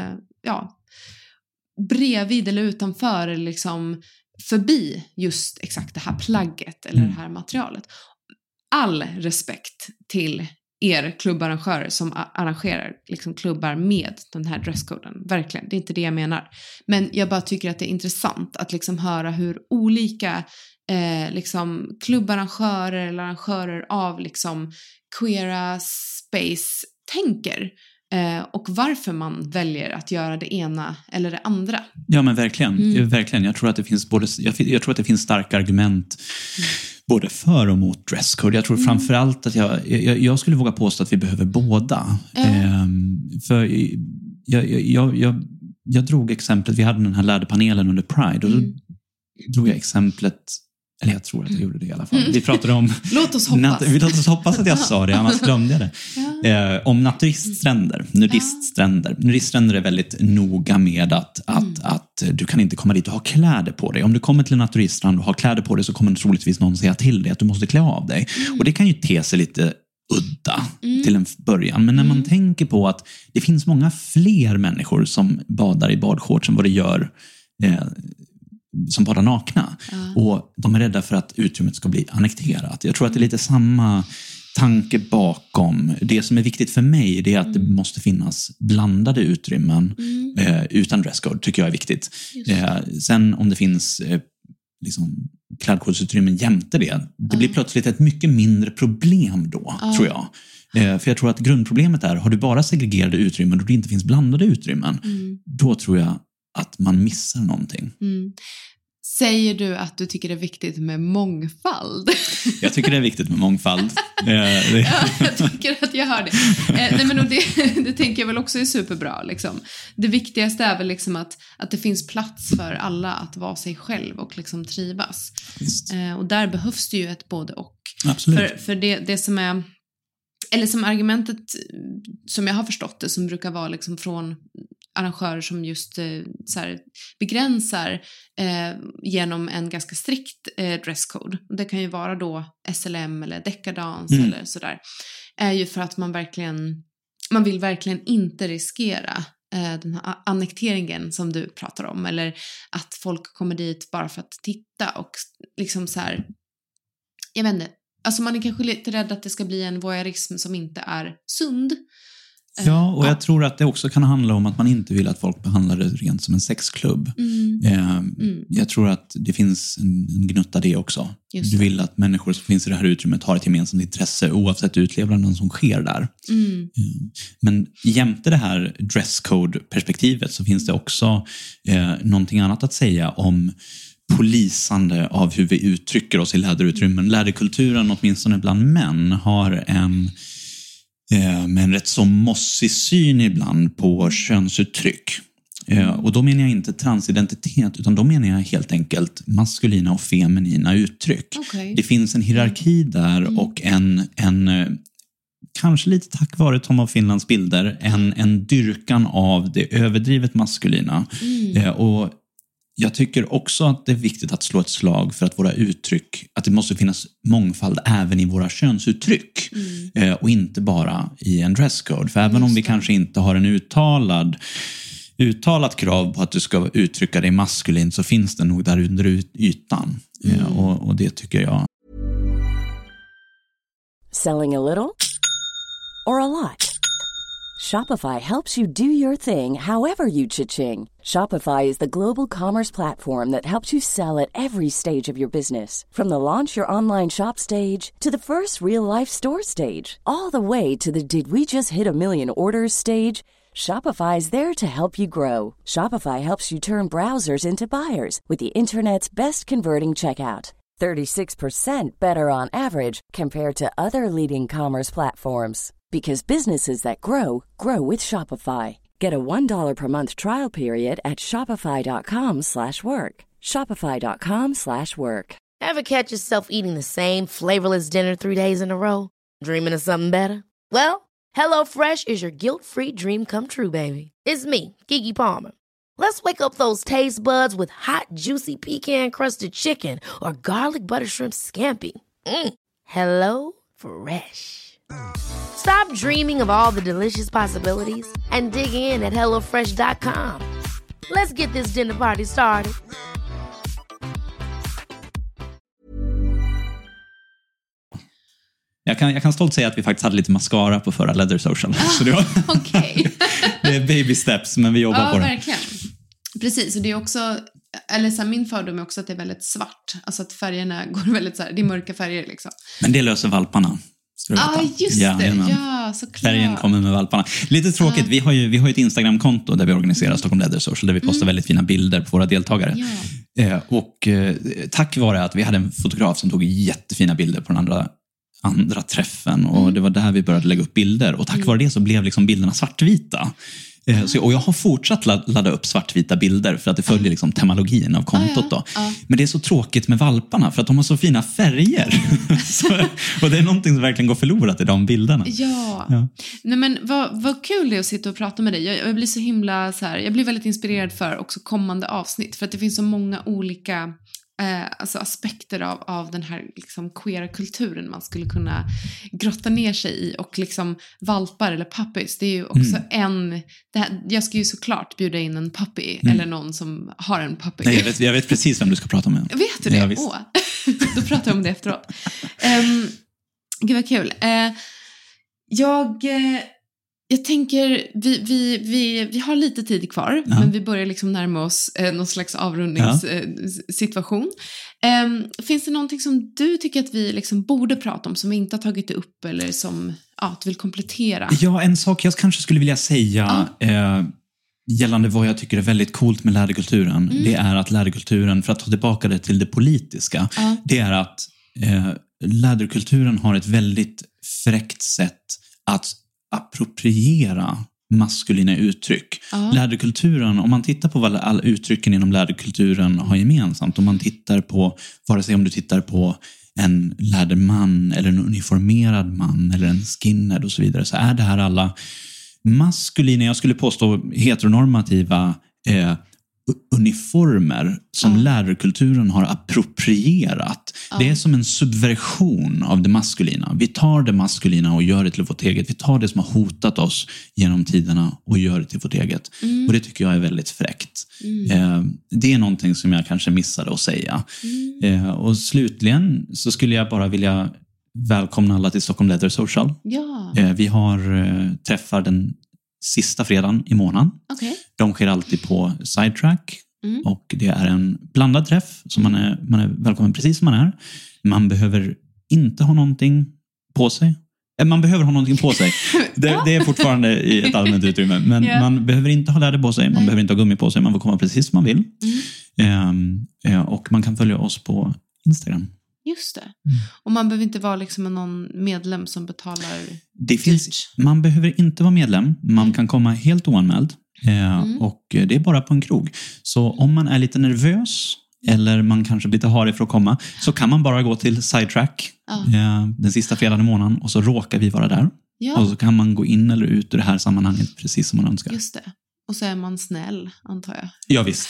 bredvid eller utanför eller liksom förbi just exakt det här plagget eller det här materialet. All respekt till er klubbarrangörer som arrangerar liksom klubbar med den här dresskoden. Verkligen, det är inte det jag menar. Men jag bara tycker att det är intressant att liksom höra hur olika liksom klubbarrangörer eller arrangörer av liksom queera space tänker. Och varför man väljer att göra det ena eller det andra. Ja, men verkligen. Verkligen. Jag tror att det finns jag tror att det finns starka argument både för och mot dresscode. Jag tror framförallt att jag skulle våga påstå att vi behöver båda. För jag drog exemplet, vi hade den här läderpanelen under Pride och då drog jag exemplet, eller jag tror att jag gjorde det i alla fall. Vi pratade om... Låt oss hoppas. Låt oss hoppas att jag sa det, annars glömde jag det. Om naturiststränder, nudiststränder. Nudiststränder är väldigt noga med att du kan inte komma dit och ha kläder på dig. Om du kommer till en naturiststrand och har kläder på dig så kommer troligtvis någon säga till dig att du måste klä av dig. Och det kan ju te sig lite udda till en början. Men när man tänker på att det finns många fler människor som badar i badshorts än vad det gör som badar nakna. Och de är rädda för att utrymmet ska bli annekterat. Jag tror att det är lite samma tanke bakom. Det som är viktigt för mig det är att det måste finnas blandade utrymmen utan dresscode, tycker jag är viktigt. Sen om det finns liksom klädkodsutrymmen jämte det blir plötsligt ett mycket mindre problem då, tror jag. För jag tror att grundproblemet är, har du bara segregerade utrymmen och det inte finns blandade utrymmen, då tror jag att man missar någonting. Säger du att du tycker det är viktigt med mångfald? Jag tycker det är viktigt med mångfald. Jag tycker att jag hör det. Nej, men det tänker jag väl också är superbra. Liksom. Det viktigaste är väl liksom att det finns plats för alla att vara sig själv och liksom trivas. Och där behövs det ju ett både och. Absolut. För det som är... Eller som argumentet som jag har förstått det, som brukar vara liksom från arrangörer som just så här, begränsar genom en ganska strikt dresscode. Det kan ju vara då SLM eller dekadans eller sådär. Är ju för att man vill verkligen inte riskera den här annekteringen som du pratar om. Eller att folk kommer dit bara för att titta och liksom så här, jag vet inte. Alltså man är kanske lite rädd att det ska bli en voyeurism som inte är sund. Ja, och jag tror att det också kan handla om att man inte vill att folk behandlar det rent som en sexklubb. Jag tror att det finns en gnutta det också. Du vill att människor som finns i det här utrymmet har ett gemensamt intresse oavsett utlevnaden som sker där. Men jämte det här dresscode-perspektivet så finns det också någonting annat att säga om polisande av hur vi uttrycker oss i läderutrymmen. Läderkulturen, åtminstone bland män, har med en rätt så mossig syn ibland på könsuttryck. Och då menar jag inte transidentitet, utan då menar jag helt enkelt maskulina och feminina uttryck. Okay. Det finns en hierarki där och en kanske lite tack vare Tom av Finlands bilder, en dyrkan av det överdrivet maskulina. Och jag tycker också att det är viktigt att slå ett slag för att våra uttryck, att det måste finnas mångfald även i våra könsuttryck och inte bara i en dresscode. För även om vi kanske inte har en uttalat krav på att du ska uttrycka dig maskulint, så finns det nog där under ytan. Och det tycker jag. Selling a little or a lot? Shopify helps you do your thing however you cha-ching. Shopify is the global commerce platform that helps you sell at every stage of your business. From the launch your online shop stage to the first real-life store stage, all the way to the did we just hit a million orders stage. Shopify is there to help you grow. Shopify helps you turn browsers into buyers with the internet's best converting checkout. 36% better on average compared to other leading commerce platforms. Because businesses that grow, grow with Shopify. Get a $1 per month trial period at shopify.com/work. Shopify.com/work. Ever catch yourself eating the same flavorless dinner 3 days in a row? Dreaming of something better? Well, HelloFresh is your guilt-free dream come true, baby. It's me, Keke Palmer. Let's wake up those taste buds with hot, juicy pecan-crusted chicken or garlic butter shrimp scampi. Hello Fresh. Stop dreaming of all the delicious possibilities and dig in at HelloFresh.com. Let's get this dinner party started. Jag kan stolt säga att vi faktiskt hade lite mascara på förra Leather Social. Så det var det är baby steps, men vi jobbar på det. Ja, verkligen. Precis, och det är också, eller så här, min fördom är också att det är väldigt svart. Alltså att färgerna går väldigt så här, det är mörka färger liksom. Men det löser valparna. Ja, just det. Ja, såklart. Färgen kommer med valparna. Lite tråkigt, vi har ju ett Instagram-konto där vi organiserar Stockholm Leather Social, där vi postar väldigt fina bilder på våra deltagare. Och tack vare att vi hade en fotograf som tog jättefina bilder på den andra träffen, och det var där vi började lägga upp bilder, och tack vare det så blev liksom bilderna svartvita. Och jag har fortsatt ladda upp svartvita bilder för att det följer liksom temalogin av kontot då. Men det är så tråkigt med valparna för att de har så fina färger. Och det är någonting som verkligen går förlorat i de bilderna. Ja. Nej, men vad kul det är att sitta och prata med dig. Jag blir så himla så här, jag blir väldigt inspirerad för också kommande avsnitt, för att det finns så många olika alltså aspekter av den här liksom queera kulturen man skulle kunna grotta ner sig i, och liksom valpar eller puppies, det är ju också jag ska ju såklart bjuda in en puppy eller någon som har en puppy. Nej, jag vet precis vem du ska prata med. Vet du det? Ja, då pratar jag om det efteråt. Gud vad kul. Jag tänker, vi har lite tid kvar, men vi börjar liksom närma oss någon slags avrundningssituation. Finns det någonting som du tycker att vi liksom borde prata om, som vi inte har tagit upp, eller som du vill komplettera? Ja, en sak jag kanske skulle vilja säga gällande vad jag tycker är väldigt coolt med läderkulturen, det är att läderkulturen, för att ta tillbaka det till det politiska, det är att läderkulturen har ett väldigt fräckt sätt att appropriera maskulina uttryck. Läderkulturen, om man tittar på vad alla uttrycken inom läderkulturen har gemensamt, om man tittar på, vare sig om du tittar på en läderman eller en uniformerad man eller en skinhead och så vidare, så är det här alla maskulina, jag skulle påstå heteronormativa uniformer som läderkulturen har approprierat. Det är som en subversion av det maskulina. Vi tar det maskulina och gör det till vårt eget. Vi tar det som har hotat oss genom tiderna och gör det till vårt eget. Och det tycker jag är väldigt fräckt. Det är någonting som jag kanske missade att säga. Och slutligen så skulle jag bara vilja välkomna alla till Stockholm Leather Social. Ja. Vi har träffar den sista fredagen i månaden. Okay. De sker alltid på Sidetrack. Och det är en blandad träff. Så man är välkommen precis som man är. Man behöver inte ha någonting på sig. Man behöver ha någonting på sig. Det är fortfarande i ett allmänt utrymme. Men man behöver inte ha läder på sig. Man behöver inte ha gummi på sig. Man får komma precis som man vill. Och man kan följa oss på Instagram. Just det. Och man behöver inte vara liksom någon medlem som betalar man behöver inte vara medlem. Man kan komma helt oanmäld. Och det är bara på en krog. Så om man är lite nervös eller man kanske blir lite harig för att komma, så kan man bara gå till Sidetrack den sista fredagen i månaden och så råkar vi vara där. Och så kan man gå in eller ut ur det här sammanhanget precis som man önskar. Just det. Och så är man snäll, antar jag. Ja visst.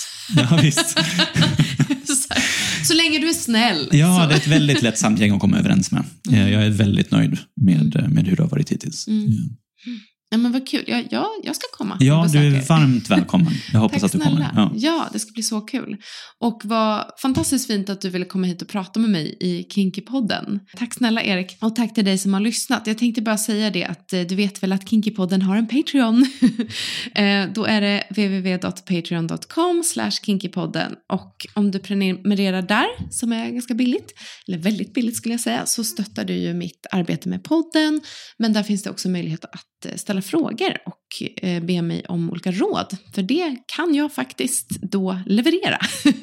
Så länge du är snäll. Ja, så. Det är ett väldigt lättsamt gäng att komma överens med. Jag är väldigt nöjd med hur det har varit hittills. Ja, men vad kul. Jag ska komma. Ja, du är varmt välkommen. Jag hoppas att du kommer. Ja, det ska bli så kul. Och vad fantastiskt fint att du ville komma hit och prata med mig i Kinky-podden. Tack snälla Erik. Och tack till dig som har lyssnat. Jag tänkte bara säga det att du vet väl att Kinky-podden har en Patreon. Då är det www.patreon.com/Kinkypodden. Och om du prenumererar där, som är ganska billigt, eller väldigt billigt skulle jag säga, så stöttar du ju mitt arbete med podden. Men där finns det också möjlighet att ställa frågor och be mig om olika råd. För det kan jag faktiskt då leverera.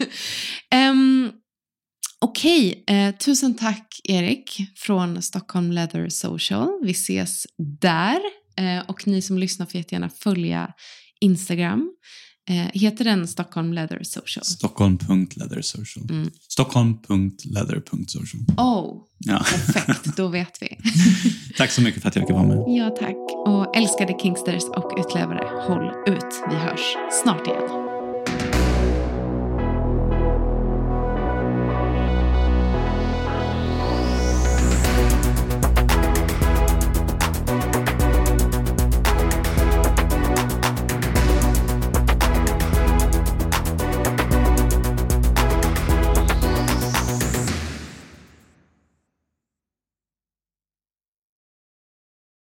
Okej, tusen tack Erik från Stockholm Leather Social. Vi ses där. Och ni som lyssnar får jättegärna följa Instagram. Heter den Stockholm Leather Social? Stockholm.leathersocial. Stockholm.leather.social. Perfekt, då vet vi. Tack så mycket för att jag fick vara med. Ja, tack. Och älskade Kinksters och utlevare, håll ut. Vi hörs snart igen.